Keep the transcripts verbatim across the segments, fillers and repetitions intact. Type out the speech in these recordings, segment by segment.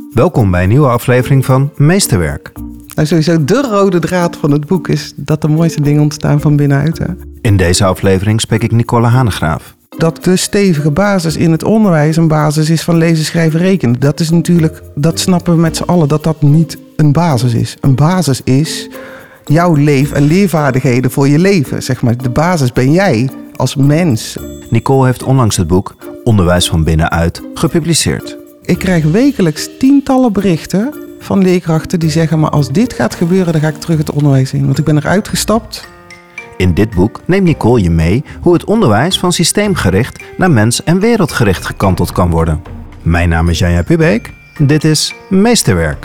Welkom bij een nieuwe aflevering van Meesterwerk. Nou, sowieso de rode draad van het boek is dat de mooiste dingen ontstaan van binnenuit. Hè? In deze aflevering spreek ik Nicole Hanegraaf. Dat de stevige basis in het onderwijs een basis is van lezen, schrijven, rekenen. Dat is natuurlijk, dat snappen we met z'n allen, dat dat niet een basis is. Een basis is jouw leef- en leervaardigheden voor je leven. Zeg maar. De basis ben jij als mens. Nicole heeft onlangs het boek Onderwijs van binnenuit gepubliceerd. Ik krijg wekelijks tientallen berichten van leerkrachten die zeggen, maar als dit gaat gebeuren, dan ga ik terug het onderwijs in. Want ik ben eruit gestapt. In dit boek neemt Nicole je mee hoe het onderwijs van systeemgericht naar mens- en wereldgericht gekanteld kan worden. Mijn naam is Janja Pubeek. Dit is Meesterwerk.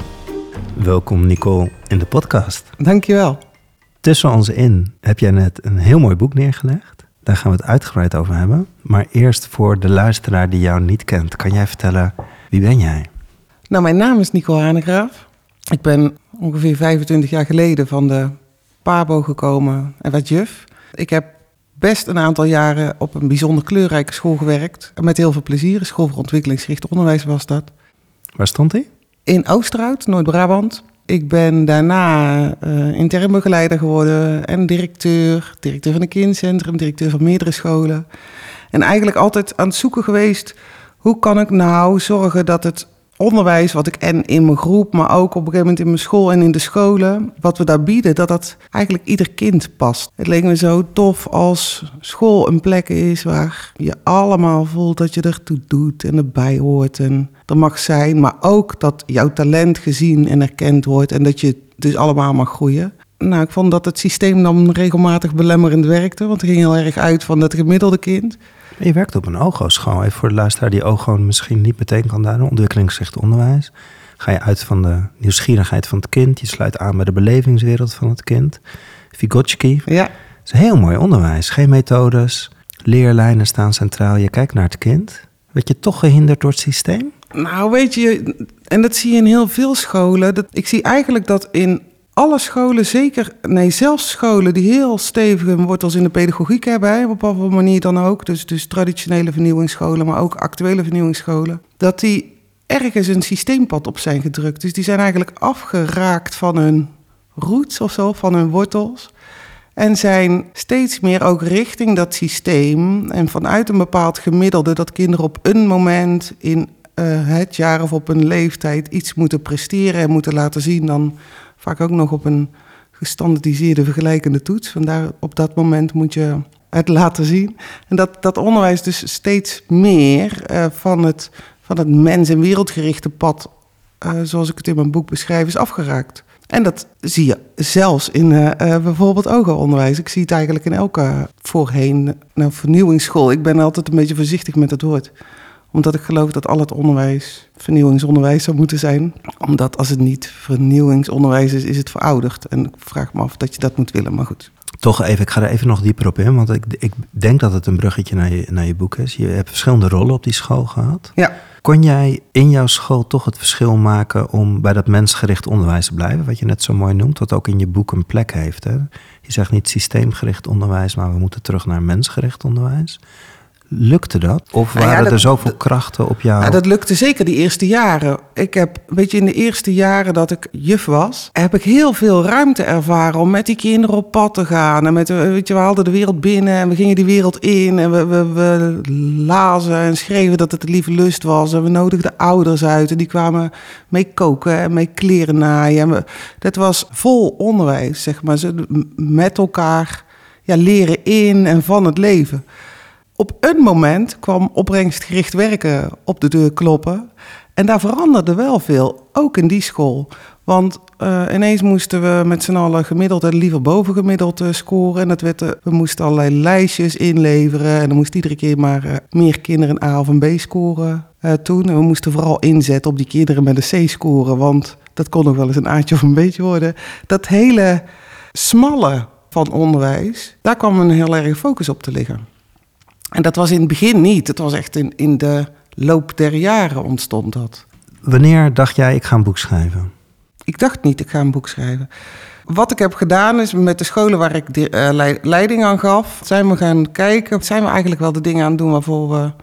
Welkom Nicole in de podcast. Dankjewel. Tussen ons in heb jij net een heel mooi boek neergelegd. Daar gaan we het uitgebreid over hebben. Maar eerst voor de luisteraar die jou niet kent, kan jij vertellen, wie ben jij? Nou, mijn naam is Nicole Hanegraaf. Ik ben ongeveer vijfentwintig jaar geleden van de Pabo gekomen en werd juf. Ik heb best een aantal jaren op een bijzonder kleurrijke school gewerkt. En met heel veel plezier. Een school voor ontwikkelingsgericht onderwijs was dat. Waar stond hij? In Oosterhout, Noord-Brabant. Ik ben daarna uh, intern begeleider geworden en directeur. Directeur van een kindcentrum, directeur van meerdere scholen. En eigenlijk altijd aan het zoeken geweest, hoe kan ik nou zorgen dat het onderwijs wat ik en in mijn groep, maar ook op een gegeven moment in mijn school en in de scholen, wat we daar bieden, dat dat eigenlijk ieder kind past. Het leek me zo tof als school een plek is waar je allemaal voelt dat je ertoe doet en erbij hoort en er mag zijn, maar ook dat jouw talent gezien en erkend wordt en dat je dus allemaal mag groeien. Nou, ik vond dat het systeem dan regelmatig belemmerend werkte, want het ging heel erg uit van dat gemiddelde kind. Je werkt op een O G O-school. Even voor de luisteraar die O G O misschien niet meteen kan duiden. Ontwikkelingsgericht onderwijs. Ga je uit van de nieuwsgierigheid van het kind. Je sluit aan bij de belevingswereld van het kind. Vygotsky. Ja. Het is een heel mooi onderwijs. Geen methodes. Leerlijnen staan centraal. Je kijkt naar het kind. Werd je toch gehinderd door het systeem? Nou, weet je, en dat zie je in heel veel scholen. Dat, ik zie eigenlijk dat in alle scholen, zeker, nee, zelfs scholen die heel stevige wortels in de pedagogiek hebben, hè, op wat manier dan ook, dus, dus traditionele vernieuwingsscholen, maar ook actuele vernieuwingsscholen, dat die ergens een systeempad op zijn gedrukt. Dus die zijn eigenlijk afgeraakt van hun roots of zo, van hun wortels, en zijn steeds meer ook richting dat systeem en vanuit een bepaald gemiddelde dat kinderen op een moment in uh, het jaar of op een leeftijd iets moeten presteren en moeten laten zien, dan vaak ook nog op een gestandardiseerde vergelijkende toets. Vandaar op dat moment moet je het laten zien. En dat, dat onderwijs dus steeds meer uh, van, het, van het mens- en wereldgerichte pad, uh, zoals ik het in mijn boek beschrijf, is afgeraakt. En dat zie je zelfs in uh, uh, bijvoorbeeld O G O-onderwijs. Ik zie het eigenlijk in elke voorheen nou, vernieuwingsschool. Ik ben altijd een beetje voorzichtig met het woord, omdat ik geloof dat al het onderwijs vernieuwingsonderwijs zou moeten zijn. Omdat als het niet vernieuwingsonderwijs is, is het verouderd. En ik vraag me af dat je dat moet willen, maar goed. Toch even, ik ga er even nog dieper op in, want ik, ik denk dat het een bruggetje naar je, naar je boek is. Je hebt verschillende rollen op die school gehad. Ja. Kon jij in jouw school toch het verschil maken om bij dat mensgericht onderwijs te blijven? Wat je net zo mooi noemt, wat ook in je boek een plek heeft. Hè? Je zegt niet systeemgericht onderwijs, maar we moeten terug naar mensgericht onderwijs. Lukte dat? Of waren ja, dat, er zoveel dat, krachten op jou? Ja, dat lukte zeker die eerste jaren. Ik heb, weet je, in de eerste jaren dat ik juf was, heb ik heel veel ruimte ervaren om met die kinderen op pad te gaan. En met, weet je, we haalden de wereld binnen en we gingen die wereld in. En we, we, we lazen en schreven dat het de lieve lust was. En we nodigden ouders uit en die kwamen mee koken en mee kleren naaien. En we, dat was vol onderwijs, zeg maar. Met elkaar ja, leren in en van het leven. Op een moment kwam opbrengstgericht werken op de deur kloppen. En daar veranderde wel veel, ook in die school. Want uh, ineens moesten we met z'n allen gemiddeld en liever bovengemiddeld uh, scoren. En dat werd, uh, we moesten allerlei lijstjes inleveren. En dan moest iedere keer maar uh, meer kinderen een A of een B scoren uh, toen. En we moesten vooral inzetten op die kinderen met een C scoren. Want dat kon nog wel eens een A'tje of een B'tje worden. Dat hele smalle van onderwijs, daar kwam een heel erg focus op te liggen. En dat was in het begin niet. Het was echt in, in de loop der jaren ontstond dat. Wanneer dacht jij, ik ga een boek schrijven? Ik dacht niet, ik ga een boek schrijven. Wat ik heb gedaan is met de scholen waar ik de, uh, leiding aan gaf, zijn we gaan kijken, zijn we eigenlijk wel de dingen aan het doen waarvoor we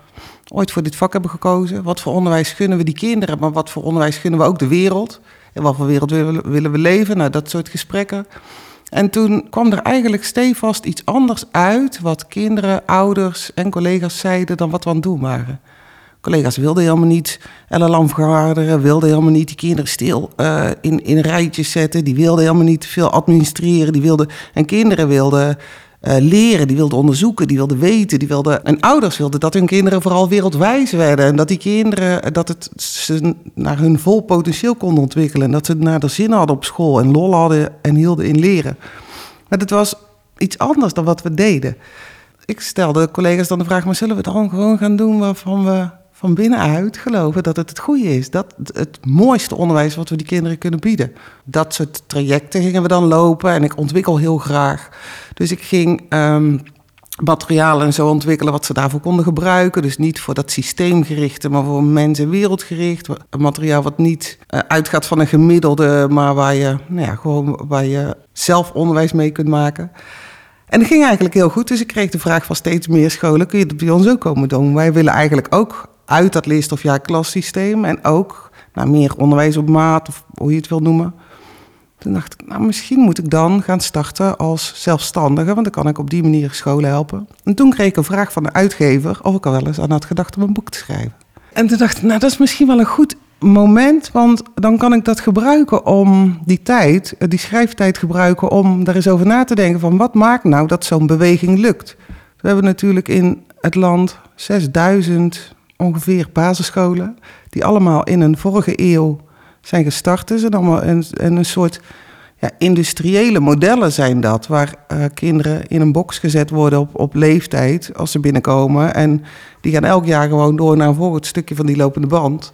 ooit voor dit vak hebben gekozen. Wat voor onderwijs gunnen we die kinderen, maar wat voor onderwijs gunnen we ook de wereld? En wat voor wereld willen, willen we leven? Nou, dat soort gesprekken. En toen kwam er eigenlijk stevast iets anders uit wat kinderen, ouders en collega's zeiden dan wat we aan het doen waren. Collega's wilden helemaal niet ellenlang vergaderen, wilden helemaal niet die kinderen stil uh, in, in rijtjes zetten. Die wilden helemaal niet veel administreren. Die wilden, en kinderen wilden uh, leren, die wilden onderzoeken, die wilden weten. Die wilden, en ouders wilden dat hun kinderen vooral wereldwijs werden. En dat die kinderen dat het, ze naar hun vol potentieel konden ontwikkelen. En dat ze naar de zin hadden op school en lol hadden en hielden in leren. Maar het was iets anders dan wat we deden. Ik stelde collega's dan de vraag, maar zullen we dan gewoon gaan doen waarvan we van binnenuit geloven dat het het goede is. Dat het mooiste onderwijs wat we die kinderen kunnen bieden. Dat soort trajecten gingen we dan lopen en ik ontwikkel heel graag. Dus ik ging um, materialen en zo ontwikkelen wat ze daarvoor konden gebruiken. Dus niet voor dat systeemgerichte, maar voor mens- en wereldgericht. Een materiaal wat niet uh, uitgaat van een gemiddelde, maar waar je, nou ja, gewoon waar je zelf onderwijs mee kunt maken. En dat ging eigenlijk heel goed, dus ik kreeg de vraag van steeds meer scholen, kun je dat bij ons ook komen doen? Wij willen eigenlijk ook uit dat leerstof-jaar-klassysteem en ook nou, meer onderwijs op maat, of hoe je het wil noemen. Toen dacht ik, nou misschien moet ik dan gaan starten als zelfstandige, want dan kan ik op die manier scholen helpen. En toen kreeg ik een vraag van de uitgever of ik al wel eens aan had gedacht om een boek te schrijven. En toen dacht ik, nou dat is misschien wel een goed moment, want dan kan ik dat gebruiken om die tijd, die schrijftijd gebruiken om daar eens over na te denken van wat maakt nou dat zo'n beweging lukt. We hebben natuurlijk in het land zesduizend ongeveer basisscholen die allemaal in een vorige eeuw zijn gestart. Dus en allemaal een, een soort ja, industriële modellen zijn dat, waar uh, kinderen in een box gezet worden op, op leeftijd als ze binnenkomen en die gaan elk jaar gewoon door naar een volgend stukje van die lopende band.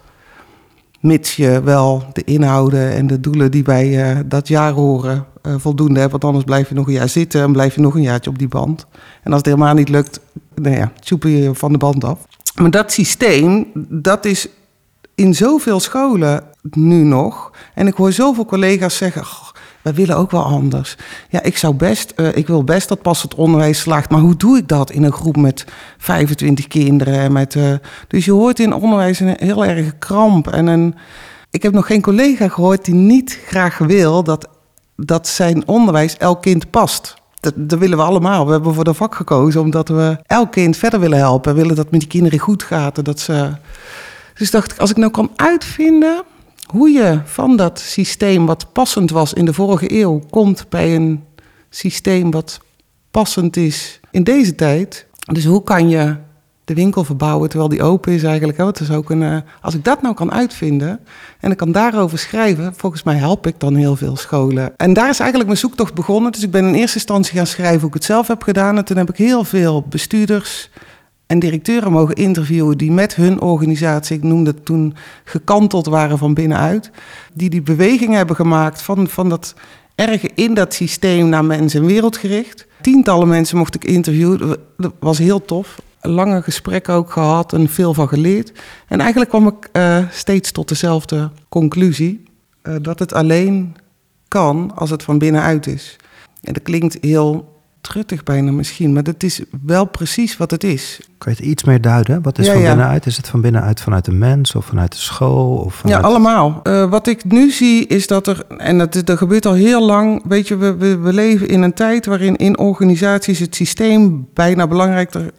Mits je wel de inhouden en de doelen die bij uh, dat jaar horen uh, voldoende hebt. Want anders blijf je nog een jaar zitten en blijf je nog een jaartje op die band. En als het helemaal niet lukt, nou ja, tjoepen je van de band af. Maar dat systeem, dat is in zoveel scholen nu nog. En ik hoor zoveel collega's zeggen, oh, wij willen ook wel anders. Ja, ik zou best, uh, ik wil best dat passend onderwijs slaagt. Maar hoe doe ik dat in een groep met vijfentwintig kinderen? En met, uh, dus je hoort in onderwijs een heel erg kramp. En een, ik heb nog geen collega gehoord die niet graag wil dat, dat zijn onderwijs elk kind past. Dat, dat willen we allemaal. We hebben voor dat vak gekozen omdat we elk kind verder willen helpen. We willen dat het met die kinderen goed gaat. En dat ze... Dus dacht ik, als ik nou kan uitvinden hoe je van dat systeem wat passend was in de vorige eeuw komt bij een systeem wat passend is in deze tijd. Dus hoe kan je de winkel verbouwen terwijl die open is eigenlijk. Hè? Het is ook een, uh, als ik dat nou kan uitvinden en ik kan daarover schrijven, volgens mij help ik dan heel veel scholen. En daar is eigenlijk mijn zoektocht begonnen. Dus ik ben in eerste instantie gaan schrijven hoe ik het zelf heb gedaan. En toen heb ik heel veel bestuurders en directeuren mogen interviewen die met hun organisatie, ik noemde het toen, gekanteld waren van binnenuit. Die die beweging hebben gemaakt van, van dat erge in dat systeem naar mens- en wereldgericht. Tientallen mensen mocht ik interviewen. Dat was heel tof. Lange gesprekken ook gehad en veel van geleerd. En eigenlijk kwam ik uh, steeds tot dezelfde conclusie. Uh, dat het alleen kan als het van binnenuit is. En dat klinkt heel truttig bijna misschien, maar dat is wel precies wat het is. Kan je het iets meer duiden? Wat is ja, van ja. binnenuit? Is het van binnenuit vanuit de mens of vanuit de school? Of vanuit... Ja, allemaal. Uh, wat ik nu zie is dat er, en dat, dat gebeurt al heel lang, weet je, we, we, we leven in een tijd waarin in organisaties het systeem bijna belangrijker,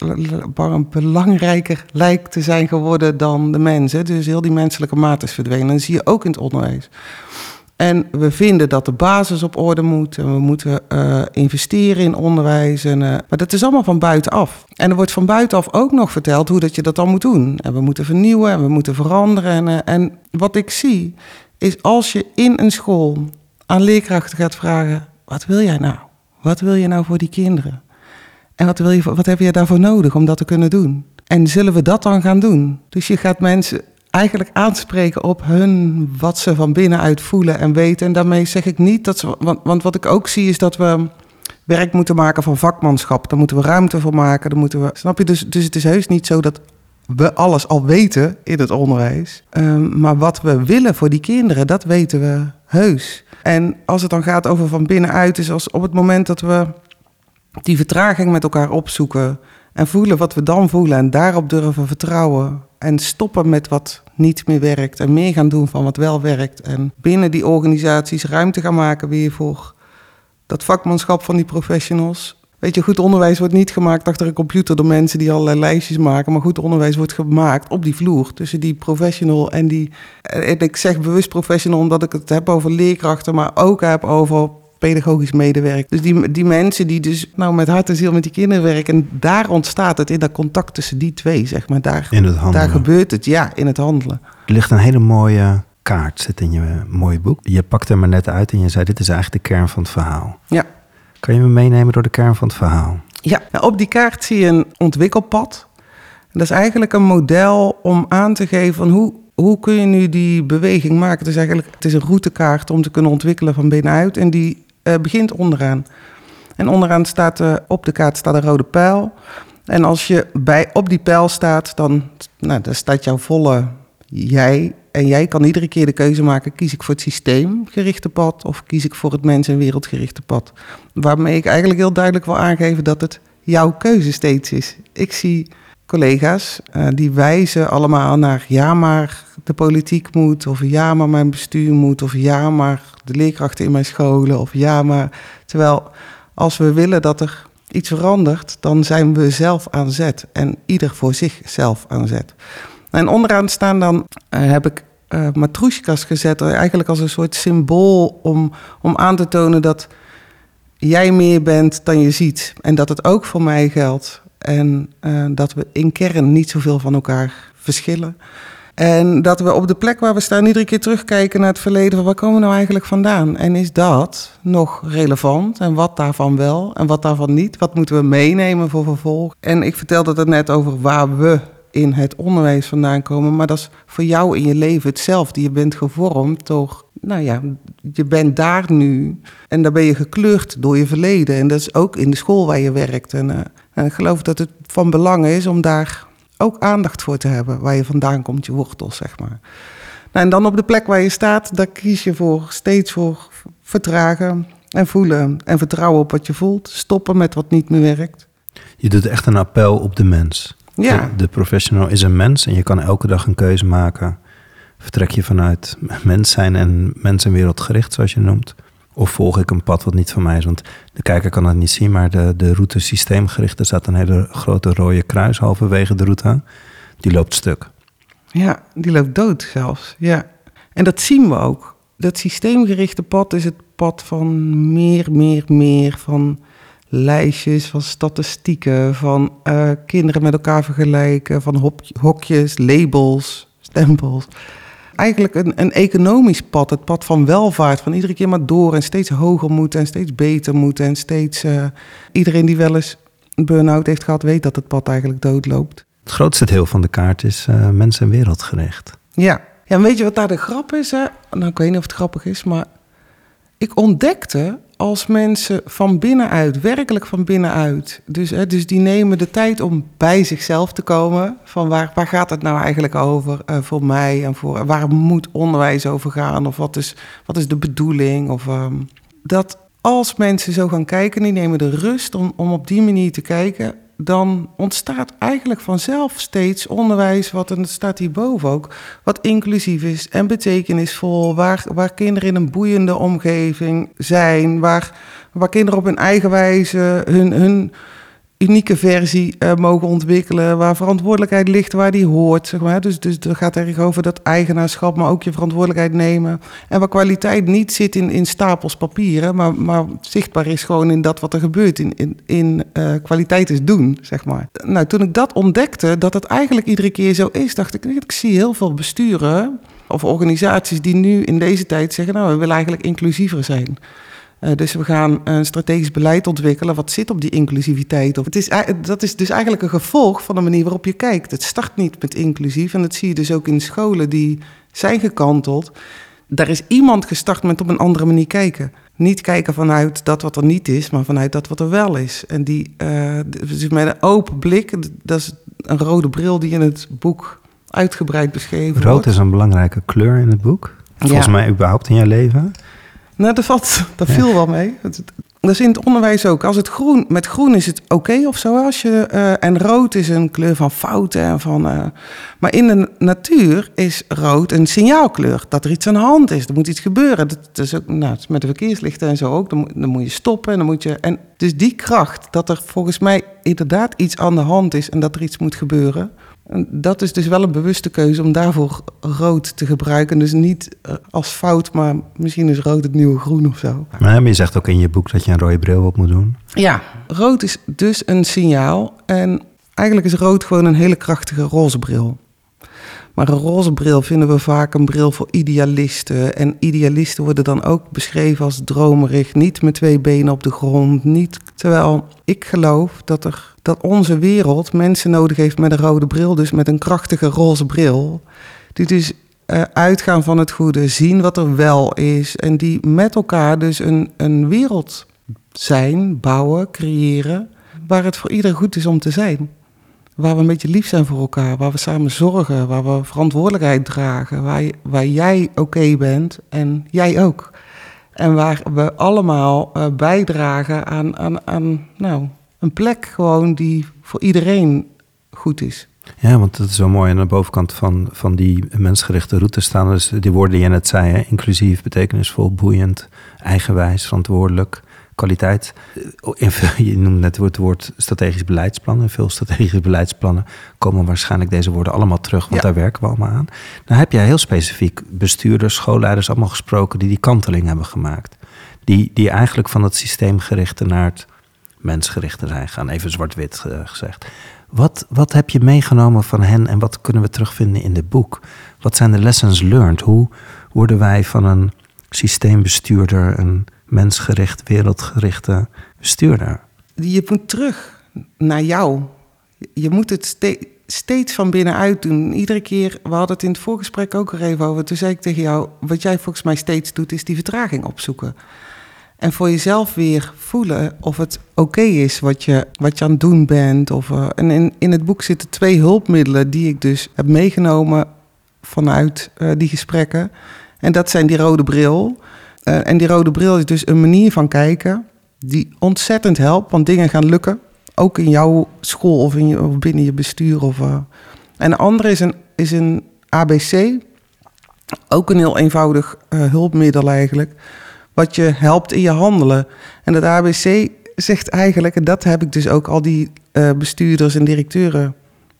belangrijker lijkt te zijn geworden dan de mens. Hè. Dus heel die menselijke maat is verdwenen. En dat zie je ook in het onderwijs. En we vinden dat de basis op orde moet. En we moeten uh, investeren in onderwijs. En, uh, maar dat is allemaal van buitenaf. En er wordt van buitenaf ook nog verteld hoe dat je dat dan moet doen. En we moeten vernieuwen en we moeten veranderen. En, uh, en wat ik zie is als je in een school aan leerkrachten gaat vragen, wat wil jij nou? Wat wil je nou voor die kinderen? En wat, wil je, wat heb je daarvoor nodig om dat te kunnen doen? En zullen we dat dan gaan doen? Dus je gaat mensen eigenlijk aanspreken op hun, wat ze van binnenuit voelen en weten. En daarmee zeg ik niet dat ze, want, want wat ik ook zie is dat we werk moeten maken van vakmanschap. Daar moeten we ruimte voor maken. Daar moeten we, snap je? Dus, dus het is heus niet zo dat we alles al weten in het onderwijs. Um, maar wat we willen voor die kinderen, dat weten we heus. En als het dan gaat over van binnenuit, is als op het moment dat we die vertraging met elkaar opzoeken En voelen wat we dan voelen en daarop durven vertrouwen. En stoppen met wat niet meer werkt. En meer gaan doen van wat wel werkt. En binnen die organisaties ruimte gaan maken weer voor dat vakmanschap van die professionals. Weet je, goed onderwijs wordt niet gemaakt achter een computer door mensen die allerlei lijstjes maken. Maar goed onderwijs wordt gemaakt op die vloer. Tussen die professional en die... En ik zeg bewust professional omdat ik het heb over leerkrachten, maar ook heb over pedagogisch medewerker. Dus die, die mensen die dus nou met hart en ziel met die kinderen werken. En daar ontstaat het in dat contact tussen die twee, zeg maar. Daar, in het handelen. Daar gebeurt het, ja, in het handelen. Er ligt een hele mooie kaart, zit in je mooie boek. Je pakt hem er net uit en je zei, dit is eigenlijk de kern van het verhaal. Ja. Kan je me meenemen door de kern van het verhaal? Ja, op die kaart zie je een ontwikkelpad. Dat is eigenlijk een model om aan te geven van hoe, hoe kun je nu die beweging maken. Het is eigenlijk het is een routekaart om te kunnen ontwikkelen van binnenuit. En die uh, begint onderaan. En onderaan staat uh, op de kaart staat een rode pijl. En als je bij, op die pijl staat, dan, nou, dan staat jouw volle jij. En jij kan iedere keer de keuze maken, kies ik voor het systeemgerichte pad of kies ik voor het mens- en wereldgerichte pad. Waarmee ik eigenlijk heel duidelijk wil aangeven dat het jouw keuze steeds is. Ik zie collega's uh, die wijzen allemaal naar ja maar de politiek moet, of ja maar mijn bestuur moet, of ja maar de leerkrachten in mijn scholen, of ja maar... Terwijl als we willen dat er iets verandert, dan zijn we zelf aan zet en ieder voor zichzelf aan zet. En onderaan staan dan, uh, heb ik uh, matroeskas gezet, eigenlijk als een soort symbool om, om aan te tonen dat jij meer bent dan je ziet. En dat het ook voor mij geldt. En uh, dat we in kern niet zoveel van elkaar verschillen. En dat we op de plek waar we staan iedere keer terugkijken naar het verleden. Van waar komen we nou eigenlijk vandaan? En is dat nog relevant? En wat daarvan wel en wat daarvan niet? Wat moeten we meenemen voor vervolg? En ik vertelde het net over waar we in het onderwijs vandaan komen. Maar dat is voor jou in je leven hetzelfde. Je bent gevormd door, nou ja, je bent daar nu. En daar ben je gekleurd door je verleden. En dat is ook in de school waar je werkt. En, uh, en ik geloof dat het van belang is om daar ook aandacht voor te hebben. Waar je vandaan komt, je wortels, zeg maar. Nou, en dan op de plek waar je staat, daar kies je voor steeds voor vertragen en voelen. En vertrouwen op wat je voelt. Stoppen met wat niet meer werkt. Je doet echt een appel op de mens. Ja. De, de professional is een mens en je kan elke dag een keuze maken. Vertrek je vanuit mens zijn en mens- en wereldgericht, zoals je noemt. Of volg ik een pad wat niet van mij is. Want de kijker kan het niet zien, maar de, de route systeemgericht, er staat een hele grote rode kruis halverwege de route. Die loopt stuk. Ja, die loopt dood zelfs. Ja. En dat zien we ook. Dat systeemgerichte pad is het pad van meer, meer, meer. Van lijstjes, van statistieken, van uh, kinderen met elkaar vergelijken, van hop, hokjes, labels, stempels. Eigenlijk een, een economisch pad, het pad van welvaart, van iedere keer maar door en steeds hoger moeten en steeds beter moeten en steeds... Uh, iedereen die wel eens een burn-out heeft gehad, weet dat het pad eigenlijk doodloopt. Het grootste deel van de kaart is uh, mens- en wereldgericht. Ja. Ja, en weet je wat daar de grap is? Hè? Nou, ik weet niet of het grappig is, maar ik ontdekte als mensen van binnenuit, werkelijk van binnenuit, dus, hè, dus die nemen de tijd om bij zichzelf te komen, van waar, waar gaat het nou eigenlijk over uh, voor mij en voor, waar moet onderwijs over gaan of wat is, wat is de bedoeling? Of, um, dat als mensen zo gaan kijken, die nemen de rust om, om op die manier te kijken, dan ontstaat eigenlijk vanzelf steeds onderwijs, wat, en dat staat hierboven ook, wat inclusief is en betekenisvol, waar, waar kinderen in een boeiende omgeving zijn, waar, waar kinderen op hun eigen wijze hun, hun unieke versie uh, mogen ontwikkelen, waar verantwoordelijkheid ligt waar die hoort, zeg maar. Dus, dus het gaat erg over dat eigenaarschap, maar ook je verantwoordelijkheid nemen. En waar kwaliteit niet zit in, in stapels papieren, maar, maar zichtbaar is gewoon in dat wat er gebeurt, in, in, in uh, kwaliteit is doen, zeg maar. Nou, toen ik dat ontdekte, dat het eigenlijk iedere keer zo is, dacht ik, ik zie heel veel besturen of organisaties die nu in deze tijd zeggen, nou, we willen eigenlijk inclusiever zijn. Uh, dus we gaan een strategisch beleid ontwikkelen wat zit op die inclusiviteit. Het is, dat is dus eigenlijk een gevolg van de manier waarop je kijkt. Het start niet met inclusief en dat zie je dus ook in scholen die zijn gekanteld. Daar is iemand gestart met op een andere manier kijken. Niet kijken vanuit dat wat er niet is, maar vanuit dat wat er wel is. En die, uh, dus met een open blik, dat is een rode bril die in het boek uitgebreid beschreven wordt. Rood is een belangrijke kleur in het boek. Volgens ja. mij überhaupt in jouw leven. Nou, dat, valt, dat viel ja. wel mee. Dat is in het onderwijs ook. Als het groen, met groen is het oké okay of zo. Als je, uh, en rood is een kleur van fouten. En van, uh, maar in de natuur is rood een signaalkleur. Dat er iets aan de hand is. Er moet iets gebeuren. Dat, dat is ook, nou, dat is met de verkeerslichten en zo ook. Dan, dan moet je stoppen. En dan moet je, en dus die kracht dat er volgens mij inderdaad iets aan de hand is. En dat er iets moet gebeuren. En dat is dus wel een bewuste keuze om daarvoor rood te gebruiken. Dus niet als fout, maar misschien is rood het nieuwe groen of zo. Maar je zegt ook in je boek dat je een rode bril op moet doen. Ja, rood is dus een signaal. En eigenlijk is rood gewoon een hele krachtige roze bril. Maar een roze bril vinden we vaak een bril voor idealisten. En idealisten worden dan ook beschreven als dromerig, niet met twee benen op de grond. Niet, terwijl ik geloof dat, er, dat onze wereld mensen nodig heeft met een rode bril, dus met een krachtige roze bril. Die dus uh, uitgaan van het goede, zien wat er wel is. En die met elkaar dus een, een wereld zijn, bouwen, creëren, waar het voor iedereen goed is om te zijn. Waar we een beetje lief zijn voor elkaar, waar we samen zorgen, waar we verantwoordelijkheid dragen, waar, je, waar jij oké okay bent en jij ook. En waar we allemaal uh, bijdragen aan, aan, aan nou, een plek gewoon die voor iedereen goed is. Ja, want dat is wel mooi. Aan de bovenkant van, van die mensgerichte route staan dus die woorden die je net zei, hè? Inclusief, betekenisvol, boeiend, eigenwijs, verantwoordelijk, kwaliteit. Je noemt net het woord strategisch beleidsplan. In veel strategische beleidsplannen komen waarschijnlijk deze woorden allemaal terug, want ja, daar werken we allemaal aan. Nou heb jij heel specifiek bestuurders, schoolleiders allemaal gesproken die die kanteling hebben gemaakt. Die, die eigenlijk van het systeemgerichte naar het mensgerichte zijn gaan. Even zwart-wit uh, gezegd. Wat, wat heb je meegenomen van hen en wat kunnen we terugvinden in dit boek? Wat zijn de lessons learned? Hoe worden wij van een systeembestuurder, een mensgericht, wereldgerichte bestuurder? Je moet terug naar jou. Je moet het ste- steeds van binnenuit doen. Iedere keer, we hadden het in het voorgesprek ook er even over. Toen zei ik tegen jou, wat jij volgens mij steeds doet, is die vertraging opzoeken. En voor jezelf weer voelen of het oké okay is wat je, wat je aan het doen bent. Of, uh, en in, in het boek zitten twee hulpmiddelen die ik dus heb meegenomen vanuit uh, die gesprekken. En dat zijn die rode bril. Uh, en die rode bril is dus een manier van kijken die ontzettend helpt. Want dingen gaan lukken. Ook in jouw school of, in je, of binnen je bestuur. Of, uh. En de andere is een, is een A B C. Ook een heel eenvoudig uh, hulpmiddel eigenlijk. Wat je helpt in je handelen. En dat A B C zegt eigenlijk, en dat heb ik dus ook al die uh, bestuurders en directeuren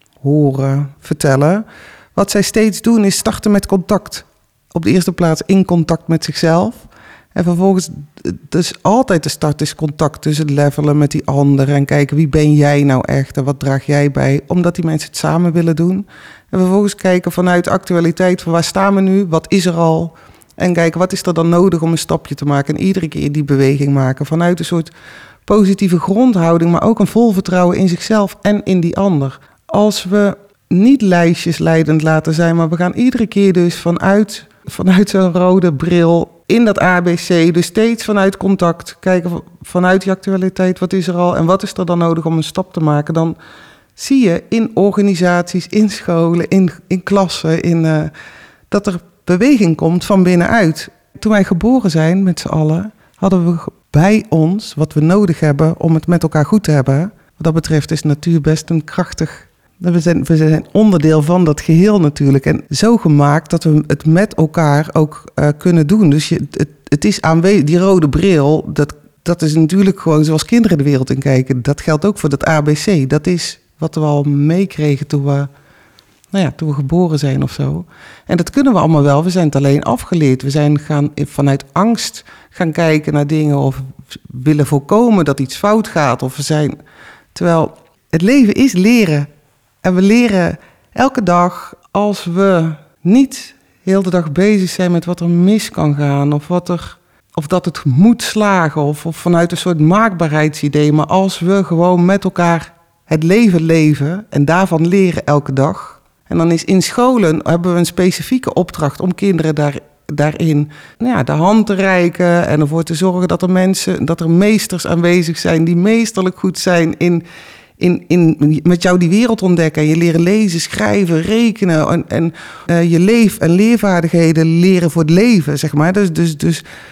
horen vertellen. Wat zij steeds doen is starten met contact. Op de eerste plaats in contact met zichzelf. En vervolgens, dus altijd de start is contact tussen levelen met die ander. En kijken, wie ben jij nou echt en wat draag jij bij? Omdat die mensen het samen willen doen. En vervolgens kijken vanuit de actualiteit van waar staan we nu? Wat is er al? En kijken, wat is er dan nodig om een stapje te maken? En iedere keer die beweging maken vanuit een soort positieve grondhouding, maar ook een vol vertrouwen in zichzelf en in die ander. Als we niet lijstjes leidend laten zijn, maar we gaan iedere keer dus vanuit, vanuit zo'n rode bril in dat A B C, dus steeds vanuit contact, kijken vanuit die actualiteit, wat is er al en wat is er dan nodig om een stap te maken, dan zie je in organisaties, in scholen, in, in klassen, in, uh, dat er beweging komt van binnenuit. Toen wij geboren zijn met z'n allen, hadden we bij ons wat we nodig hebben om het met elkaar goed te hebben. Wat dat betreft is natuur best een krachtig. We zijn, we zijn onderdeel van dat geheel natuurlijk. En zo gemaakt dat we het met elkaar ook uh, kunnen doen. Dus je, het, het is aanwezig. Die rode bril, dat, dat is natuurlijk gewoon zoals kinderen de wereld in kijken. Dat geldt ook voor dat A B C. Dat is wat we al meekregen toen we, nou ja, toen we geboren zijn of zo. En dat kunnen we allemaal wel. We zijn het alleen afgeleerd. We zijn gaan vanuit angst gaan kijken naar dingen of willen voorkomen dat iets fout gaat. Of we zijn, terwijl het leven is leren. En we leren elke dag als we niet heel de dag bezig zijn met wat er mis kan gaan. Of, wat er, of dat het moet slagen. Of, of vanuit een soort maakbaarheidsidee. Maar als we gewoon met elkaar het leven leven en daarvan leren elke dag. En dan is in scholen hebben we een specifieke opdracht om kinderen daar, daarin nou ja, de hand te reiken. En ervoor te zorgen dat er mensen, dat er meesters aanwezig zijn die meesterlijk goed zijn in... In, in, met jou die wereld ontdekken. Je leren lezen, schrijven, rekenen. En, en uh, je leef- en leervaardigheden leren voor het leven, zeg maar. Dus, dus, dus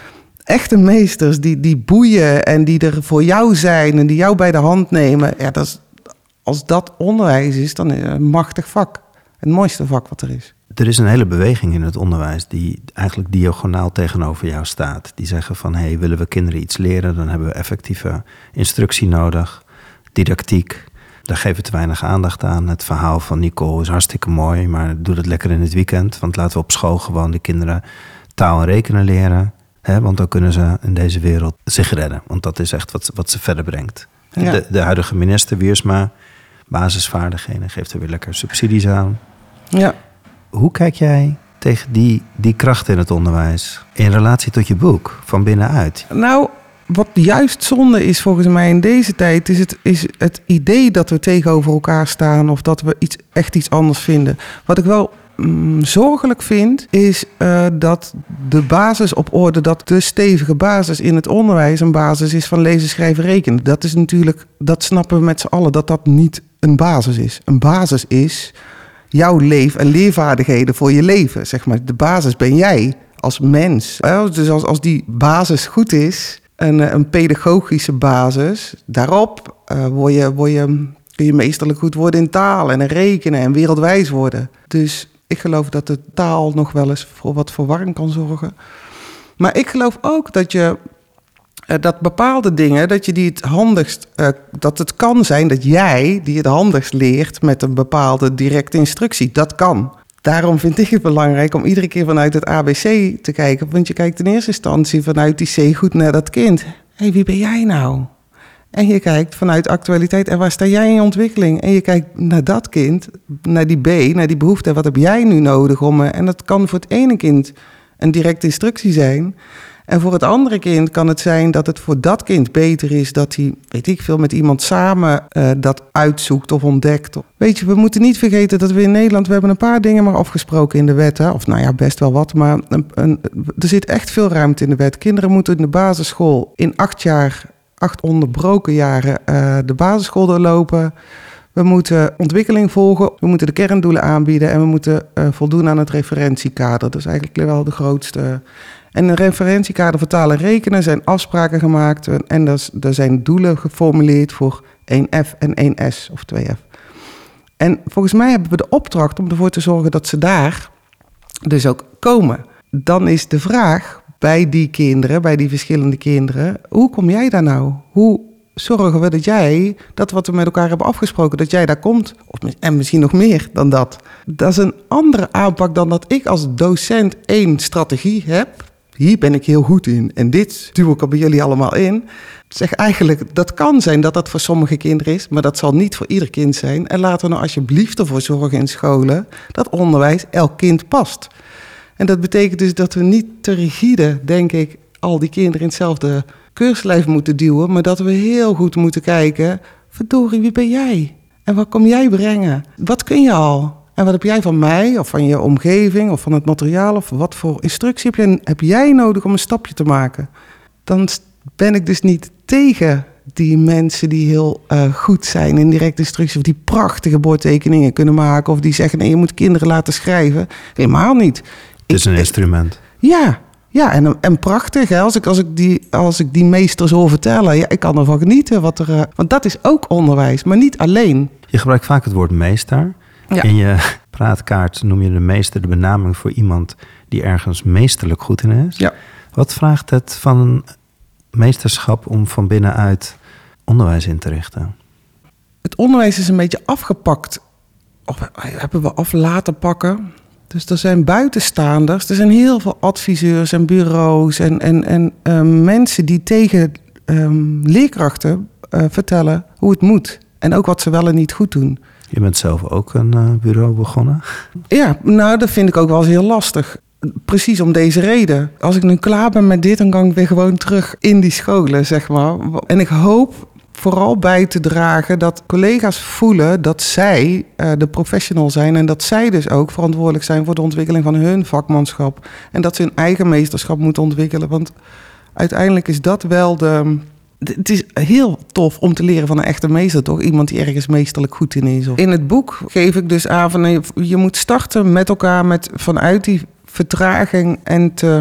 echte meesters die, die boeien en die er voor jou zijn en die jou bij de hand nemen. Ja, dat is, als dat onderwijs is, dan is het een machtig vak. Het mooiste vak wat er is. Er is een hele beweging in het onderwijs die eigenlijk diagonaal tegenover jou staat. Die zeggen van, hé, hey, willen we kinderen iets leren, dan hebben we effectieve instructie nodig, didactiek. Daar geven we te weinig aandacht aan. Het verhaal van Nicole is hartstikke mooi, maar doe dat lekker in het weekend. Want laten we op school gewoon de kinderen taal en rekenen leren. Hè, want dan kunnen ze in deze wereld zich redden. Want dat is echt wat, wat ze verder brengt. Ja. De, de huidige minister Wiersma, basisvaardigheden, geeft er weer lekker subsidies aan. Ja. Hoe kijk jij tegen die, die kracht in het onderwijs in relatie tot je boek, van binnenuit? Nou, wat juist zonde is volgens mij in deze tijd, is het, is het idee dat we tegenover elkaar staan of dat we iets, echt iets anders vinden. Wat ik wel mm, zorgelijk vind, is uh, dat de basis op orde, dat de stevige basis in het onderwijs een basis is van lezen, schrijven, rekenen. Dat is natuurlijk, dat snappen we met z'n allen, dat dat niet een basis is. Een basis is jouw leef- en leervaardigheden voor je leven. Zeg maar, de basis ben jij als mens. Dus als, als die basis goed is, een, een pedagogische basis, daarop uh, word je, word je, kun je meesterlijk goed worden in taal en in rekenen en wereldwijs worden. Dus ik geloof dat de taal nog wel eens voor wat verwarring kan zorgen. Maar ik geloof ook dat je Uh, dat bepaalde dingen, dat je die het handigst, uh, dat het kan zijn dat jij die het handigst leert met een bepaalde directe instructie. Dat kan. Daarom vind ik het belangrijk om iedere keer vanuit het A B C te kijken. Want je kijkt in eerste instantie vanuit die C goed naar dat kind. Hé, hey, wie ben jij nou? En je kijkt vanuit actualiteit en waar sta jij in je ontwikkeling? En je kijkt naar dat kind, naar die B, naar die behoefte. Wat heb jij nu nodig om... En dat kan voor het ene kind een directe instructie zijn. En voor het andere kind kan het zijn dat het voor dat kind beter is dat hij, weet ik veel, met iemand samen uh, dat uitzoekt of ontdekt. Weet je, we moeten niet vergeten dat we in Nederland, we hebben een paar dingen maar afgesproken in de wet. Hè? Of nou ja, best wel wat, maar een, een, er zit echt veel ruimte in de wet. Kinderen moeten in de basisschool in acht jaar, acht onderbroken jaren uh, de basisschool doorlopen. We moeten ontwikkeling volgen, we moeten de kerndoelen aanbieden en we moeten uh, voldoen aan het referentiekader. Dat is eigenlijk wel de grootste. En een referentiekader voor taal en rekenen zijn afspraken gemaakt en er zijn doelen geformuleerd voor één F en één S of twee F. En volgens mij hebben we de opdracht om ervoor te zorgen dat ze daar dus ook komen. Dan is de vraag bij die kinderen, bij die verschillende kinderen, hoe kom jij daar nou? Hoe zorgen we dat jij, dat wat we met elkaar hebben afgesproken, dat jij daar komt? Of, en misschien nog meer dan dat. Dat is een andere aanpak dan dat ik als docent één strategie heb. Hier ben ik heel goed in en dit duw ik er bij jullie allemaal in. Zeg eigenlijk, dat kan zijn dat dat voor sommige kinderen is, maar dat zal niet voor ieder kind zijn. En laten we nou alsjeblieft ervoor zorgen in scholen dat onderwijs elk kind past. En dat betekent dus dat we niet te rigide, denk ik, al die kinderen in hetzelfde keurslijf moeten duwen, maar dat we heel goed moeten kijken, verdorie, wie ben jij? En wat kom jij brengen? Wat kun je al? En wat heb jij van mij, of van je omgeving, of van het materiaal, of wat voor instructie heb jij, heb jij nodig om een stapje te maken? Dan ben ik dus niet tegen die mensen die heel uh, goed zijn in directe instructie, of die prachtige bordtekeningen kunnen maken, of die zeggen, nee, je moet kinderen laten schrijven. Helemaal niet. Het is een ik, instrument. Ja, ja en, en prachtig. Hè? Als, ik, als, ik die, als ik die meesters hoor vertellen, ja, ik kan ervan genieten. Wat er, uh, want dat is ook onderwijs, maar niet alleen. Je gebruikt vaak het woord meester. Ja. In je praatkaart noem je de meester de benaming voor iemand die ergens meesterlijk goed in is. Ja. Wat vraagt het van een meesterschap om van binnenuit onderwijs in te richten? Het onderwijs is een beetje afgepakt. Of hebben we af laten pakken. Dus er zijn buitenstaanders. Er zijn heel veel adviseurs en bureaus en, en, en uh, mensen die tegen um, leerkrachten uh, vertellen hoe het moet. En ook wat ze wel en niet goed doen. Je bent zelf ook een uh, bureau begonnen? Ja, nou dat vind ik ook wel eens heel lastig. Precies om deze reden. Als ik nu klaar ben met dit, dan kan ik weer gewoon terug in die scholen, zeg maar. En ik hoop vooral bij te dragen dat collega's voelen dat zij uh, de professional zijn en dat zij dus ook verantwoordelijk zijn voor de ontwikkeling van hun vakmanschap. En dat ze hun eigen meesterschap moeten ontwikkelen. Want uiteindelijk is dat wel de... Het is heel tof om te leren van een echte meester, toch? Iemand die ergens meesterlijk goed in is. In het boek geef ik dus aan van je moet starten met elkaar met vanuit die vertraging en te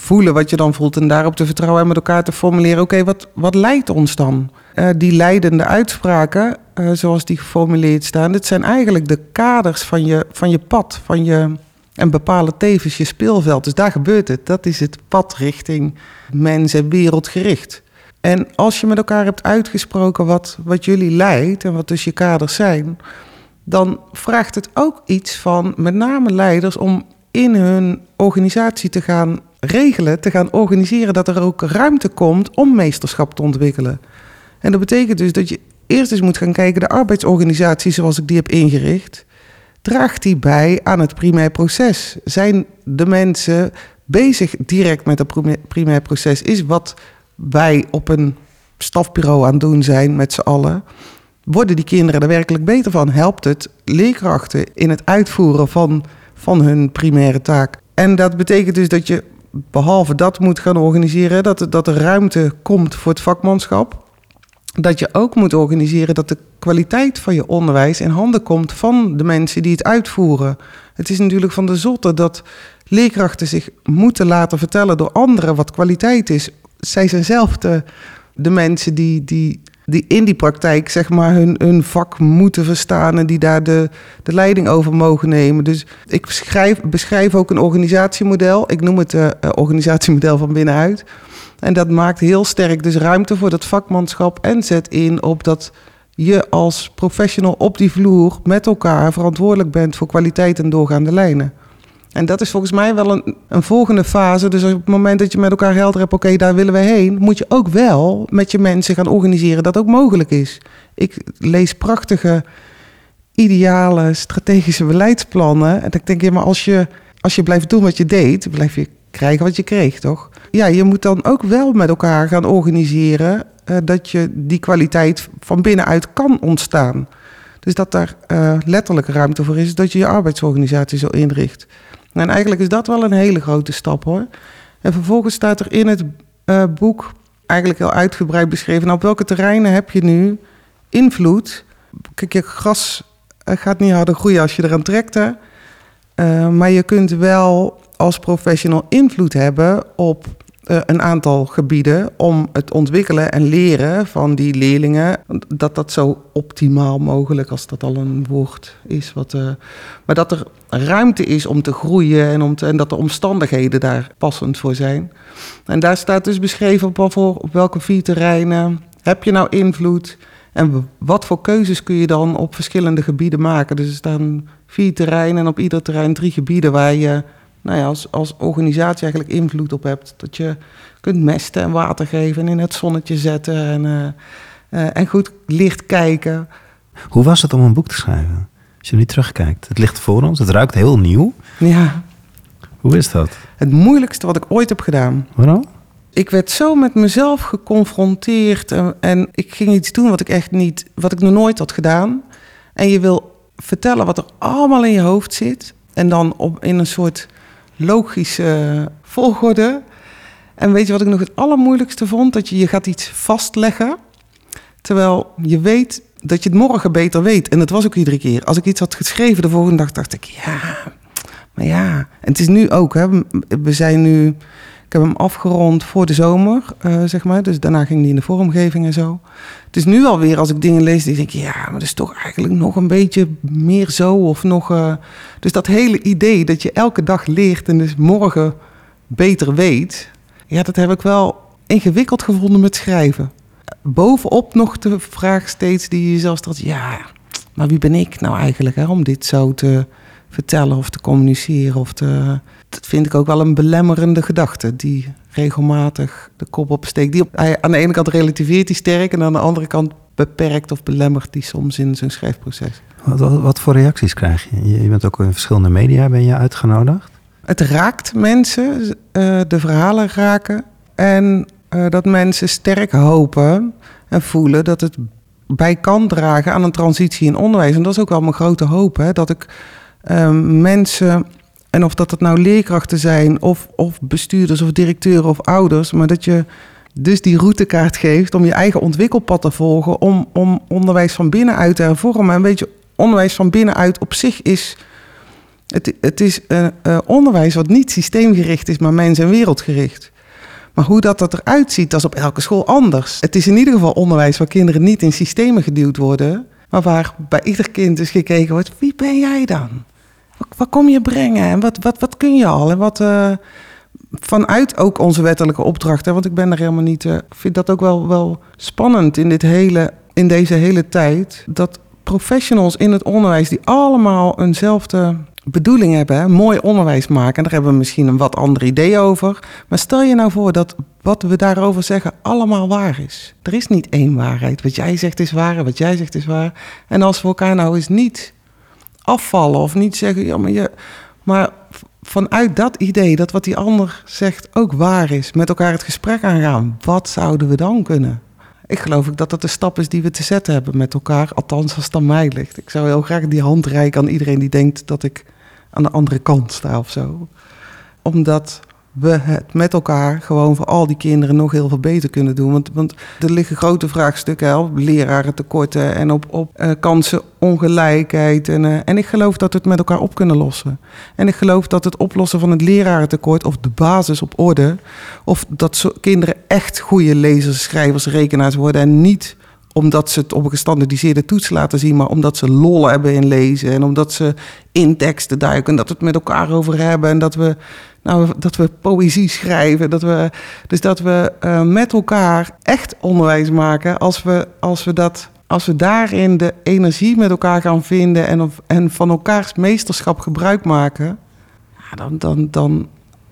voelen wat je dan voelt en daarop te vertrouwen en met elkaar te formuleren. Oké, okay, wat, wat leidt ons dan? Uh, die leidende uitspraken, uh, zoals die geformuleerd staan, dit zijn eigenlijk de kaders van je, van je pad, van je, en bepalen tevens je speelveld. Dus daar gebeurt het. Dat is het pad richting mens en wereldgericht. En als je met elkaar hebt uitgesproken wat, wat jullie leidt en wat dus je kaders zijn, dan vraagt het ook iets van met name leiders om in hun organisatie te gaan regelen, te gaan organiseren dat er ook ruimte komt om meesterschap te ontwikkelen. En dat betekent dus dat je eerst eens moet gaan kijken, de arbeidsorganisatie zoals ik die heb ingericht, draagt die bij aan het primair proces? Zijn de mensen bezig direct met het primair proces? Is wat wij op een stafbureau aan het doen zijn met z'n allen, worden die kinderen er werkelijk beter van? Helpt het leerkrachten in het uitvoeren van, van hun primaire taak? En dat betekent dus dat je behalve dat moet gaan organiseren, dat, dat er ruimte komt voor het vakmanschap. Dat je ook moet organiseren dat de kwaliteit van je onderwijs in handen komt van de mensen die het uitvoeren. Het is natuurlijk van de zotte dat leerkrachten zich moeten laten vertellen door anderen wat kwaliteit is. Zij zijn zelf de, de mensen die, die, die in die praktijk zeg maar hun, hun vak moeten verstaan en die daar de, de leiding over mogen nemen. Dus ik beschrijf, beschrijf ook een organisatiemodel. Ik noem het uh, organisatiemodel van binnenuit. En dat maakt heel sterk dus ruimte voor dat vakmanschap en zet in op dat je als professional op die vloer met elkaar verantwoordelijk bent voor kwaliteit en doorgaande lijnen. En dat is volgens mij wel een, een volgende fase. Dus op het moment dat je met elkaar helder hebt, oké, okay, daar willen we heen, moet je ook wel met je mensen gaan organiseren dat ook mogelijk is. Ik lees prachtige, ideale, strategische beleidsplannen. En ik denk, ja, maar als je, als je blijft doen wat je deed, blijf je krijgen wat je kreeg, toch? Ja, je moet dan ook wel met elkaar gaan organiseren uh, dat je die kwaliteit van binnenuit kan ontstaan. Dus dat daar uh, letterlijk ruimte voor is, dat je je arbeidsorganisatie zo inricht. En eigenlijk is dat wel een hele grote stap, hoor. En vervolgens staat er in het uh, boek eigenlijk heel uitgebreid beschreven, nou, op welke terreinen heb je nu invloed? Kijk, je gras uh, gaat niet harder groeien als je eraan trekt, hè? Uh, maar je kunt wel als professional invloed hebben op uh, een aantal gebieden om het ontwikkelen en leren van die leerlingen, dat dat zo optimaal mogelijk, als dat al een woord is, wat, uh, maar dat er ruimte is om te groeien en, om te, en dat de omstandigheden daar passend voor zijn. En daar staat dus beschreven op, op, op welke vier terreinen heb je nou invloed en wat voor keuzes kun je dan op verschillende gebieden maken. Dus er staan vier terreinen en op ieder terrein drie gebieden waar je nou ja, als, als organisatie eigenlijk invloed op hebt. Dat je kunt mesten en water geven en in het zonnetje zetten en, uh, uh, en goed licht kijken. Hoe was het om een boek te schrijven? Als je nu terugkijkt, het ligt voor ons, het ruikt heel nieuw. Ja. Hoe is dat? Het moeilijkste wat ik ooit heb gedaan. Waarom? Ik werd zo met mezelf geconfronteerd en, en ik ging iets doen wat ik echt niet, wat ik nog nooit had gedaan. En je wil vertellen wat er allemaal in je hoofd zit en dan op, in een soort logische volgorde. En weet je wat ik nog het allermoeilijkste vond? Dat je, je gaat iets vastleggen, terwijl je weet dat je het morgen beter weet. En dat was ook iedere keer. Als ik iets had geschreven de volgende dag, dacht ik, ja, maar ja. En het is nu ook, hè. We zijn nu, ik heb hem afgerond voor de zomer, uh, zeg maar. Dus daarna ging die in de vormgeving en zo. Het is nu alweer, als ik dingen lees, die denk ik, ja, maar dat is toch eigenlijk nog een beetje meer zo. Of nog, uh, dus dat hele idee dat je elke dag leert en dus morgen beter weet, ja, dat heb ik wel ingewikkeld gevonden met schrijven. Bovenop nog de vraag steeds die je jezelf stelt, ja, maar wie ben ik nou eigenlijk, hè, om dit zo te vertellen of te communiceren of te... Dat vind ik ook wel een belemmerende gedachte, die regelmatig de kop opsteekt. Die op, aan de ene kant relativeert die sterk en aan de andere kant beperkt of belemmert die soms in zijn schrijfproces. Wat, wat, wat voor reacties krijg je? Je bent ook in verschillende media, ben je uitgenodigd? Het raakt mensen, uh, de verhalen raken en uh, dat mensen sterk hopen en voelen dat het bij kan dragen aan een transitie in onderwijs. En dat is ook wel mijn grote hoop, hè, dat ik uh, mensen... En of dat het nou leerkrachten zijn, of, of bestuurders, of directeuren, of ouders. Maar dat je dus die routekaart geeft om je eigen ontwikkelpad te volgen. Om, om onderwijs van binnenuit te hervormen. En weet je, onderwijs van binnenuit op zich is Het, het is uh, uh, onderwijs wat niet systeemgericht is, maar mens- en wereldgericht. Maar hoe dat, dat eruit ziet, dat is op elke school anders. Het is in ieder geval onderwijs waar kinderen niet in systemen geduwd worden, maar waar bij ieder kind dus gekeken wordt, wie ben jij dan? Wat, wat kom je brengen? En wat, wat, wat kun je al? En wat uh, vanuit ook onze wettelijke opdrachten, want ik ben er helemaal niet, uh, vind dat ook wel, wel spannend in, dit hele, in deze hele tijd, dat professionals in het onderwijs die allemaal eenzelfde bedoeling hebben, hè, mooi onderwijs maken. En daar hebben we misschien een wat ander idee over. Maar stel je nou voor dat wat we daarover zeggen allemaal waar is. Er is niet één waarheid. Wat jij zegt is waar en wat jij zegt is waar. En als we elkaar nou eens niet afvallen of niet zeggen, ja, maar, je, maar vanuit dat idee dat wat die ander zegt ook waar is, met elkaar het gesprek aangaan, wat zouden we dan kunnen? Ik geloof ook dat dat de stap is die we te zetten hebben met elkaar. Althans, als het aan mij ligt. Ik zou heel graag die hand reiken aan iedereen die denkt dat ik aan de andere kant sta of zo. Omdat we het met elkaar gewoon voor al die kinderen nog heel veel beter kunnen doen. Want, want er liggen grote vraagstukken hè, op lerarentekorten en op, op uh, kansenongelijkheid. En, uh, en ik geloof dat we het met elkaar op kunnen lossen. En ik geloof dat het oplossen van het lerarentekort of de basis op orde, of dat zo, kinderen echt goede lezers, schrijvers, rekenaars worden en niet omdat ze het op een gestandardiseerde toets laten zien, maar omdat ze lol hebben in lezen en omdat ze in teksten duiken en dat we het met elkaar over hebben en dat we, nou, dat we poëzie schrijven. Dat we, dus dat we uh, met elkaar echt onderwijs maken als we, als we, dat, als we daarin de energie met elkaar gaan vinden en, of, en van elkaars meesterschap gebruik maken, ja, dan... dan, dan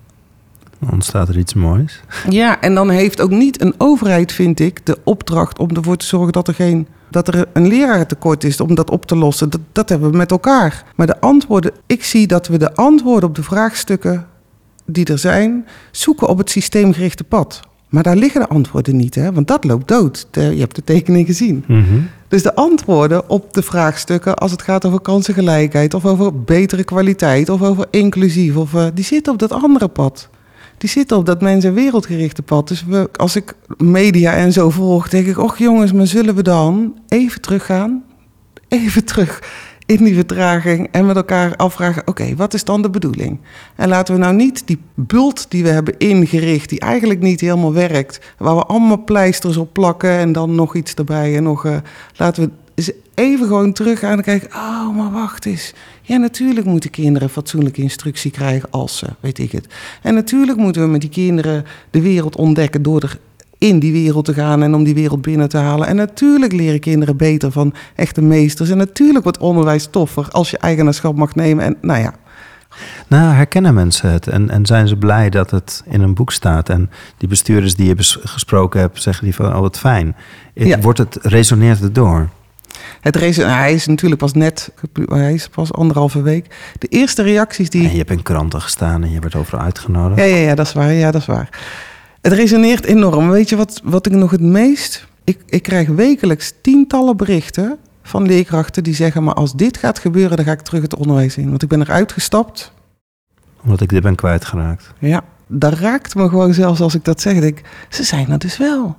Dan ontstaat er iets moois. Ja, en dan heeft ook niet een overheid, vind ik, de opdracht om ervoor te zorgen dat er geen dat er een lerarentekort is om dat op te lossen. Dat, dat hebben we met elkaar. Maar de antwoorden, ik zie dat we de antwoorden op de vraagstukken die er zijn, zoeken op het systeemgerichte pad. Maar daar liggen de antwoorden niet, hè? Want dat loopt dood. De, je hebt de tekening gezien. Mm-hmm. Dus de antwoorden op de vraagstukken, als het gaat over kansengelijkheid of over betere kwaliteit of over inclusief, of, uh, die zitten op dat andere pad. Die zitten op dat mens- en wereldgerichte pad. Dus we, als ik media en zo volg, denk ik, och jongens, maar zullen we dan even teruggaan? Even terug in die vertraging en met elkaar afvragen, oké, okay, wat is dan de bedoeling? En laten we nou niet die bult die we hebben ingericht, die eigenlijk niet helemaal werkt, waar we allemaal pleisters op plakken en dan nog iets erbij en nog, uh, laten we eens even gewoon teruggaan en kijken, oh, maar wacht eens. Ja, natuurlijk moeten kinderen fatsoenlijke instructie krijgen als ze, weet ik het. En natuurlijk moeten we met die kinderen de wereld ontdekken door er in die wereld te gaan en om die wereld binnen te halen. En natuurlijk leren kinderen beter van echte meesters. En natuurlijk wordt onderwijs toffer als je eigenaarschap mag nemen. En nou ja. Nou, herkennen mensen het en, en zijn ze blij dat het in een boek staat? En die bestuurders die je bes- gesproken hebt, zeggen die van, oh wat fijn. Ja. Wordt het, resoneert het door? Het reson- nou, hij is natuurlijk pas net, hij is pas anderhalve week. De eerste reacties die... En je hebt in kranten gestaan en je werd overal uitgenodigd. Ja, ja, ja, dat is waar. Ja, dat is waar. Het resoneert enorm. Weet je wat, wat ik nog het meest... Ik, ik krijg wekelijks tientallen berichten van leerkrachten die zeggen, maar als dit gaat gebeuren, dan ga ik terug het onderwijs in. Want ik ben eruit gestapt. Omdat ik dit ben kwijtgeraakt. Ja, dat raakt me gewoon zelfs als ik dat zeg. Denk, ze zijn er dus wel.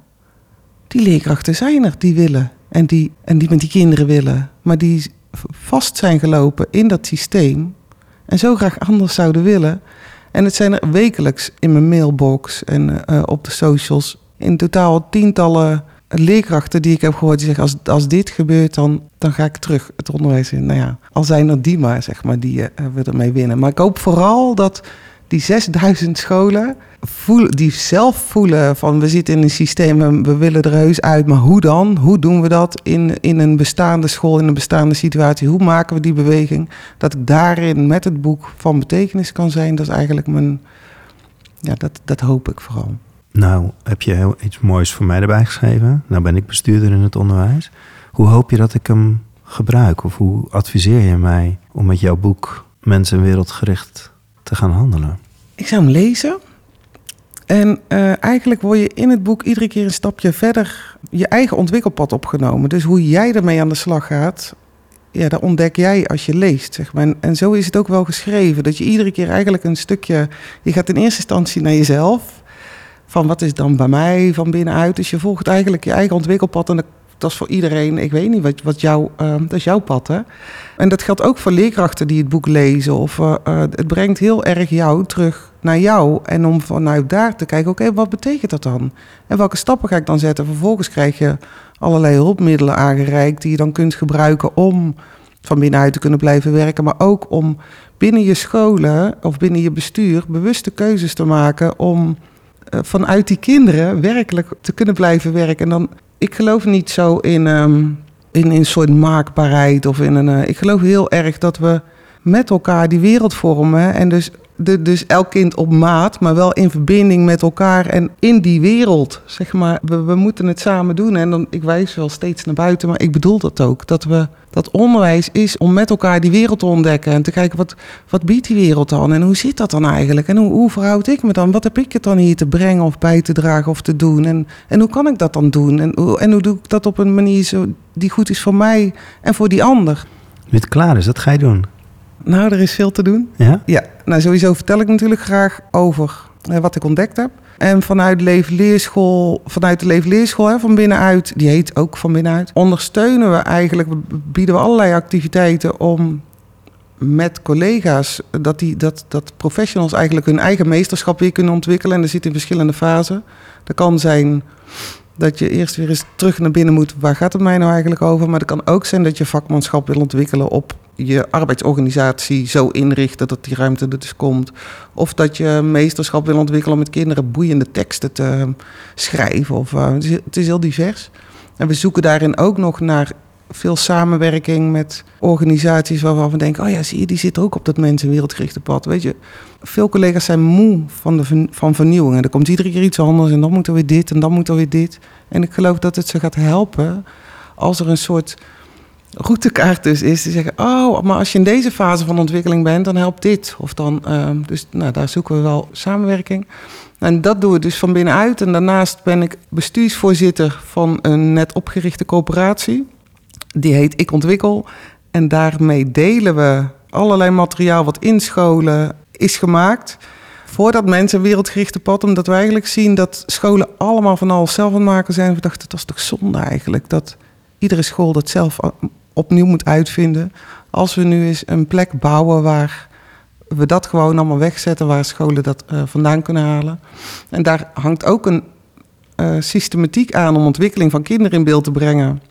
Die leerkrachten zijn er, die willen. En die, en die met die kinderen willen. Maar die vast zijn gelopen in dat systeem. En zo graag anders zouden willen. En het zijn er wekelijks in mijn mailbox en uh, op de socials. In totaal tientallen leerkrachten die ik heb gehoord. Die zeggen, als, als dit gebeurt, dan, dan ga ik terug het onderwijs in. Nou ja, al zijn er die maar, zeg maar, die uh, we ermee winnen. Maar ik hoop vooral dat die zesduizend scholen voelen, die zelf voelen van we zitten in een systeem en we willen er heus uit. Maar hoe dan? Hoe doen we dat in, in een bestaande school, in een bestaande situatie? Hoe maken we die beweging? Dat ik daarin met het boek van betekenis kan zijn, dat is eigenlijk mijn... Ja, dat, dat hoop ik vooral. Nou, heb je heel iets moois voor mij erbij geschreven. Nou ben ik bestuurder in het onderwijs. Hoe hoop je dat ik hem gebruik? Of hoe adviseer je mij om met jouw boek Mens en Wereldgericht te gaan handelen? Ik zou hem lezen. En uh, eigenlijk word je in het boek iedere keer een stapje verder je eigen ontwikkelpad opgenomen. Dus hoe jij ermee aan de slag gaat, ja, dat ontdek jij als je leest. Zeg maar. en, en zo is het ook wel geschreven. Dat je iedere keer eigenlijk een stukje... Je gaat in eerste instantie naar jezelf. Van wat is dan bij mij van binnenuit. Dus je volgt eigenlijk je eigen ontwikkelpad. En dan dat is voor iedereen, ik weet niet, wat, wat jou, uh, dat is jouw pad, hè. En dat geldt ook voor leerkrachten die het boek lezen. Of uh, uh, het brengt heel erg jou terug naar jou. En om vanuit daar te kijken, oké, okay, wat betekent dat dan? En welke stappen ga ik dan zetten? Vervolgens krijg je allerlei hulpmiddelen aangereikt die je dan kunt gebruiken om van binnenuit te kunnen blijven werken. Maar ook om binnen je scholen of binnen je bestuur bewuste keuzes te maken om uh, vanuit die kinderen werkelijk te kunnen blijven werken. En dan, ik geloof niet zo in, um, in, in een soort maakbaarheid of in een. Uh, ik geloof heel erg dat we met elkaar die wereld vormen. En dus, de, dus elk kind op maat, maar wel in verbinding met elkaar en in die wereld. Zeg maar, we, we moeten het samen doen. En dan, ik wijs wel steeds naar buiten, maar ik bedoel dat ook. Dat we dat onderwijs is om met elkaar die wereld te ontdekken. En te kijken, wat, wat biedt die wereld dan? En hoe zit dat dan eigenlijk? En hoe, hoe verhoud ik me dan? Wat heb ik het dan hier te brengen of bij te dragen of te doen? En, en hoe kan ik dat dan doen? En, en hoe doe ik dat op een manier zo, die goed is voor mij en voor die ander? Nu het klaar is, wat ga je doen? Nou, er is veel te doen. Ja? Ja, nou sowieso vertel ik natuurlijk graag over eh, wat ik ontdekt heb. En vanuit Leefleerschool, vanuit de Leefleerschool, hè, van binnenuit, die heet ook van binnenuit, ondersteunen we eigenlijk, bieden we allerlei activiteiten om met collega's, dat, die, dat, dat professionals eigenlijk hun eigen meesterschap weer kunnen ontwikkelen. En dat zit in verschillende fasen. Dat kan zijn dat je eerst weer eens terug naar binnen moet. Waar gaat het mij nou eigenlijk over? Maar het kan ook zijn dat je vakmanschap wil ontwikkelen op je arbeidsorganisatie zo inrichten dat die ruimte er dus komt. Of dat je meesterschap wil ontwikkelen om met kinderen boeiende teksten te schrijven. Of, uh, het, is, het is heel divers. En we zoeken daarin ook nog naar veel samenwerking met organisaties waarvan we denken, oh ja, zie je, die zitten ook op dat mensen- en wereldgerichte pad. Weet je, veel collega's zijn moe van, de, van vernieuwing. En er komt iedere keer iets anders en dan moet er weer dit en dan moet er weer dit. En ik geloof dat het ze gaat helpen als er een soort routekaart dus is. Die zeggen, oh, maar als je in deze fase van ontwikkeling bent, dan helpt dit. Of dan, uh, dus nou, daar zoeken we wel samenwerking. En dat doen we dus van binnenuit. En daarnaast ben ik bestuursvoorzitter van een net opgerichte coöperatie. Die heet Ik Ontwikkel. En daarmee delen we allerlei materiaal wat in scholen is gemaakt voor dat mensen een wereldgerichte pad. Omdat we eigenlijk zien dat scholen allemaal van alles zelf aan het maken zijn. We dachten, dat is toch zonde eigenlijk, dat iedere school dat zelf opnieuw moet uitvinden. Als we nu eens een plek bouwen waar we dat gewoon allemaal wegzetten, waar scholen dat uh, vandaan kunnen halen. En daar hangt ook een uh, systematiek aan om ontwikkeling van kinderen in beeld te brengen,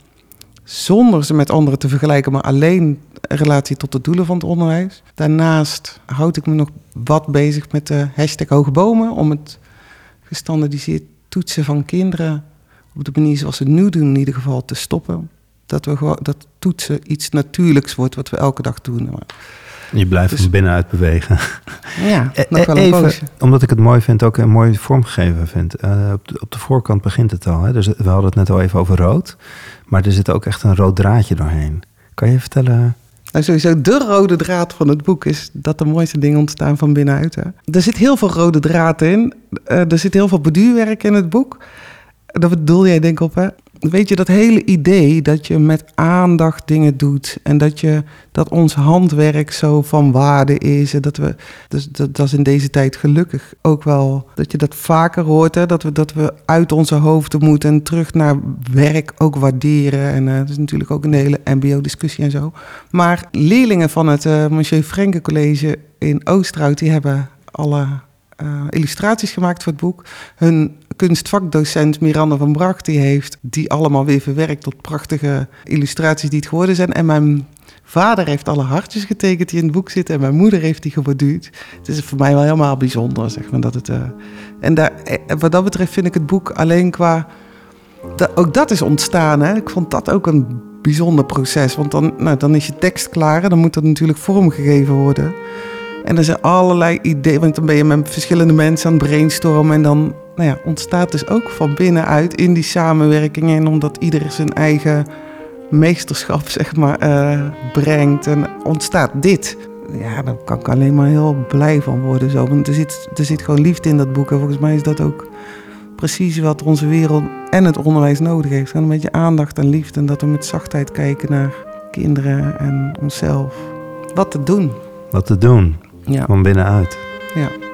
zonder ze met anderen te vergelijken, maar alleen in relatie tot de doelen van het onderwijs. Daarnaast houd ik me nog wat bezig met de hashtag Hoge Bomen, om het gestandardiseerd toetsen van kinderen op de manier zoals ze het nu doen in ieder geval te stoppen. Dat, we gewoon, dat toetsen iets natuurlijks wordt wat we elke dag doen. Maar je blijft dus van binnenuit bewegen. Ja, nog wel een Even, poosje. Omdat ik het mooi vind, ook een mooi vormgegeven vind. Uh, op, de, op de voorkant begint het al. Hè? Dus we hadden het net al even over rood. Maar er zit ook echt een rood draadje doorheen. Kan je vertellen? Nou, sowieso de rode draad van het boek is dat de mooiste dingen ontstaan van binnenuit. Hè? Er zit heel veel rode draad in. Uh, er zit heel veel borduurwerk in het boek. Dat bedoel jij denk ik op, hè? Weet je, dat hele idee dat je met aandacht dingen doet en dat, je, dat ons handwerk zo van waarde is. En dat, we, dus dat, dat is in deze tijd gelukkig ook wel dat je dat vaker hoort. Hè? Dat, we, dat we uit onze hoofden moeten en terug naar werk ook waarderen. En uh, dat is natuurlijk ook een hele M B O-discussie en zo. Maar leerlingen van het uh, Monsieur Frenke College in Oosterhout, die hebben alle uh, illustraties gemaakt voor het boek. Hun kunstvakdocent Miranda van Bracht, die heeft die allemaal weer verwerkt tot prachtige illustraties die het geworden zijn. En mijn vader heeft alle hartjes getekend die in het boek zitten en mijn moeder heeft die geborduurd. Het is voor mij wel helemaal bijzonder, zeg maar. Dat het, uh... En daar, wat dat betreft vind ik het boek alleen qua... Dat, ook dat is ontstaan, hè. Ik vond dat ook een bijzonder proces. Want dan, nou, dan is je tekst klaar en dan moet dat natuurlijk vormgegeven worden. En er zijn allerlei ideeën, want dan ben je met verschillende mensen aan het brainstormen en dan nou ja, ontstaat dus ook van binnenuit in die samenwerking en omdat ieder zijn eigen meesterschap zeg maar uh, brengt en ontstaat dit. Ja, daar kan ik alleen maar heel blij van worden zo, want er zit, er zit gewoon liefde in dat boek en volgens mij is dat ook precies wat onze wereld en het onderwijs nodig heeft. Gewoon een beetje aandacht en liefde en dat we met zachtheid kijken naar kinderen en onszelf. Wat te doen. Wat te doen. Ja. Van binnenuit. Ja.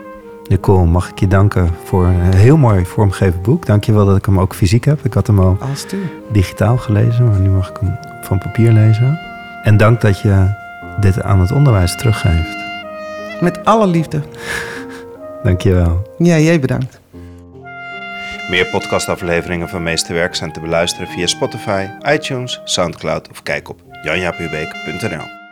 Nicole, mag ik je danken voor een heel mooi vormgegeven boek. Dank je wel dat ik hem ook fysiek heb. Ik had hem al digitaal gelezen, maar nu mag ik hem van papier lezen. En dank dat je dit aan het onderwijs teruggeeft. Met alle liefde. Dank je wel. Ja, jij bedankt. Meer podcastafleveringen van Meesterwerk zijn te beluisteren via Spotify, iTunes, Soundcloud of kijk op jan jaap hubeek punt n l.